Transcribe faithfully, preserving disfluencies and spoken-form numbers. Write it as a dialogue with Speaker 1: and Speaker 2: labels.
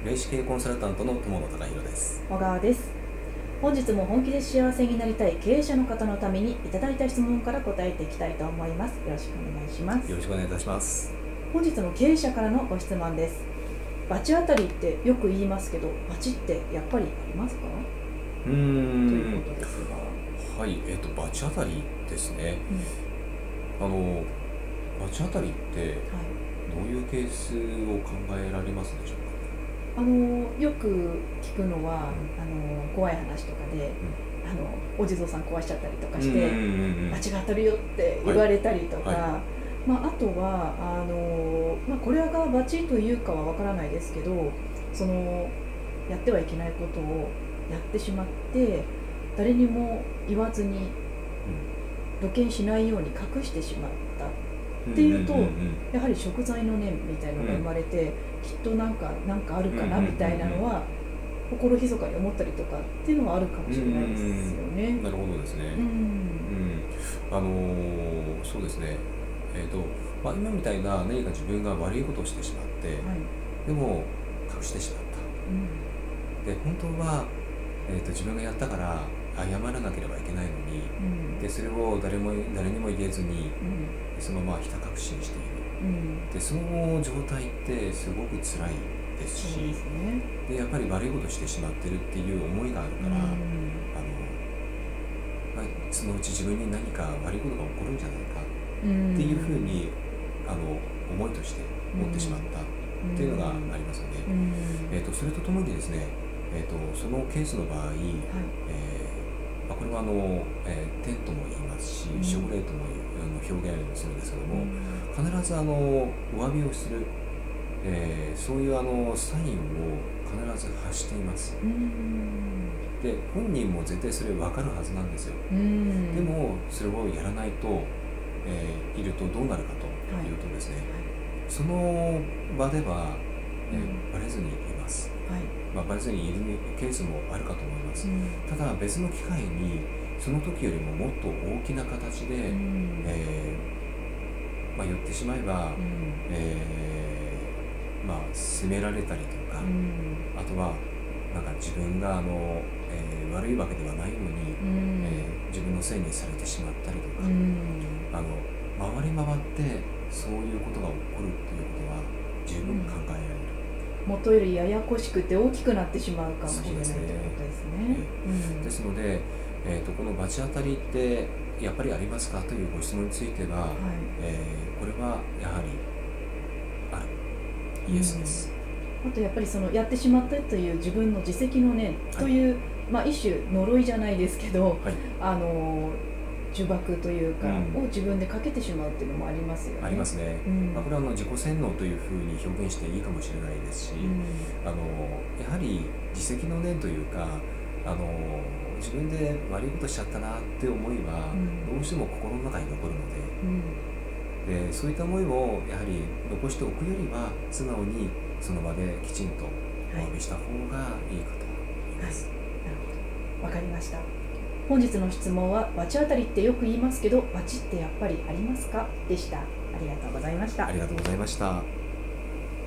Speaker 1: 霊視系コンサルタントの友野孝弘です。
Speaker 2: 小川です。本日も本気で幸せになりたい経営者の方のためにいただいた質問から答えていきたいと思います。よろしくお願いします。
Speaker 1: よろしくお願いいたします。
Speaker 2: 本日の経営者からのご質問です。バチ当たりってよく言いますけど、バチってやっぱりありますか？
Speaker 1: うーん
Speaker 2: ということですが、
Speaker 1: はい、えっ、とバチ当たりですね、うん、あのバチ当たりってどういうケースを考えられますでしょうか？
Speaker 2: あのよく聞くのは、うん、あの怖い話とかで、うん、あのお地蔵さん壊しちゃったりとかして、バチが当たるよって言われたりとか、はいはい、まあ、あとはあの、まあ、これがバチというかはわからないですけど、そのやってはいけないことをやってしまって誰にも言わずに露見しないように隠してしまったっていうと、やはり贖罪の念みたいなのが生まれて、うん、きっとなんかなんかあるかなみたいなのは心ひそかに思ったりとかっていうのはあるかもしれないですよね。
Speaker 1: なるほどですね。うん、うん、あのー、そうですね。えっ、ー、と、まあ、今みたいな何か自分が悪いことをしてしまって、はい、でも隠してしまった。うん、で本当は、えーと、自分がやったから謝らなければいけないのに、うん、でそれを誰も誰にも言えずに、うん、そのままひた隠しにしている、うん、でその状態ってすごく辛いですし、ですね、でやっぱり悪いことしてしまってるっていう思いがあるから、うん、あのまあ、そのうち自分に何か悪いことが起こるんじゃないかっていうふうに、あの思いとして持ってしまったっていうのがありますので、うん、えーと、それとともにですね、えーと、そのケースの場合、はい、えーまあ、これはあの、えー、天とも言いますし、守護霊とも表現するんですけども、うん、必ずあのお詫びをする、えー、そういうあのサインを必ず発しています。うん、で本人も絶対それ分かるはずなんですよ。うん、でもそれをやらないと、えー、いるとどうなるかというとですね、はい、その場では、えー、バレずにいます。はい、まあ、バレずにいるケースもあるかと思います。うん、ただ別の機会にその時よりももっと大きな形で、うん、えーまあ、言ってしまえば、うん、えーまあ、責められたりとか、うん、あとはなんか自分があの、えー、悪いわけではないのに、うん、えー、自分のせいにされてしまったりとか、うん、あの回り回ってそういうことが起こるっていうことは十分考えられる、
Speaker 2: うん、元よりややこしくて大きくなってしまうかもしれないということですね。
Speaker 1: ですので、えー、とこの罰当たりってやっぱりありますかというご質問については、はい、えー、これはやはりある、イエスです。
Speaker 2: うん、あとやっぱりそのやってしまったという自分の自責の念という、はい、まあ、一種呪いじゃないですけど、はい、あの呪縛というか、うん、を自分でかけてしまうっていうのもありますよね。
Speaker 1: ありますね。うん、まあ、これはあの自己洗脳というふうに表現していいかもしれないですし、うん、あのやはり自責の念というか、あの自分で悪いことしちゃったなって思いは、うん、どうしても心の中に残るので、うん、でそういった思いをやはり残しておくよりは素直にその場できちんとお詫びした方がいいかと思います。
Speaker 2: はい、なるほど、わかりました。本日の質問は、バチ当たりってよく言いますけど、バチってやっぱりありますかでした。ありがとうございました。
Speaker 1: ありがとうございました。